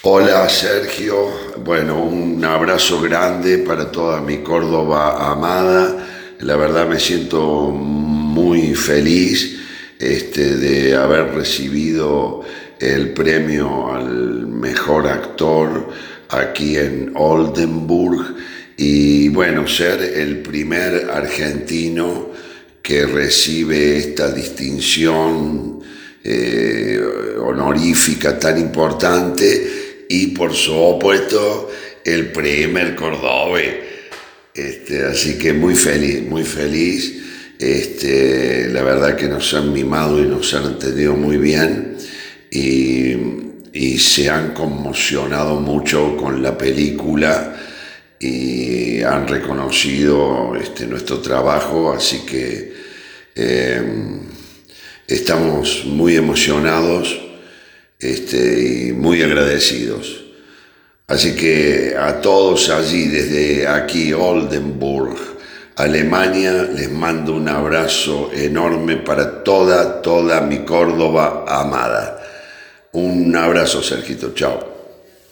Hola Sergio, bueno, un abrazo grande para toda mi Córdoba amada. La verdad me siento muy feliz de haber recibido el premio al mejor actor aquí en Oldenburg y bueno, ser el primer argentino que recibe esta distinción honorífica tan importante y por su opuesto el primer cordobés. Así que muy feliz, muy feliz. La verdad que nos han mimado y nos han entendido muy bien y, y se han conmocionado mucho con la película y han reconocido nuestro trabajo, así que eh, estamos muy emocionados y muy agradecidos. Así que a todos allí, desde aquí, Oldenburg, Alemania, les mando un abrazo enorme para toda mi Córdoba amada. Un abrazo, Sergito, chao.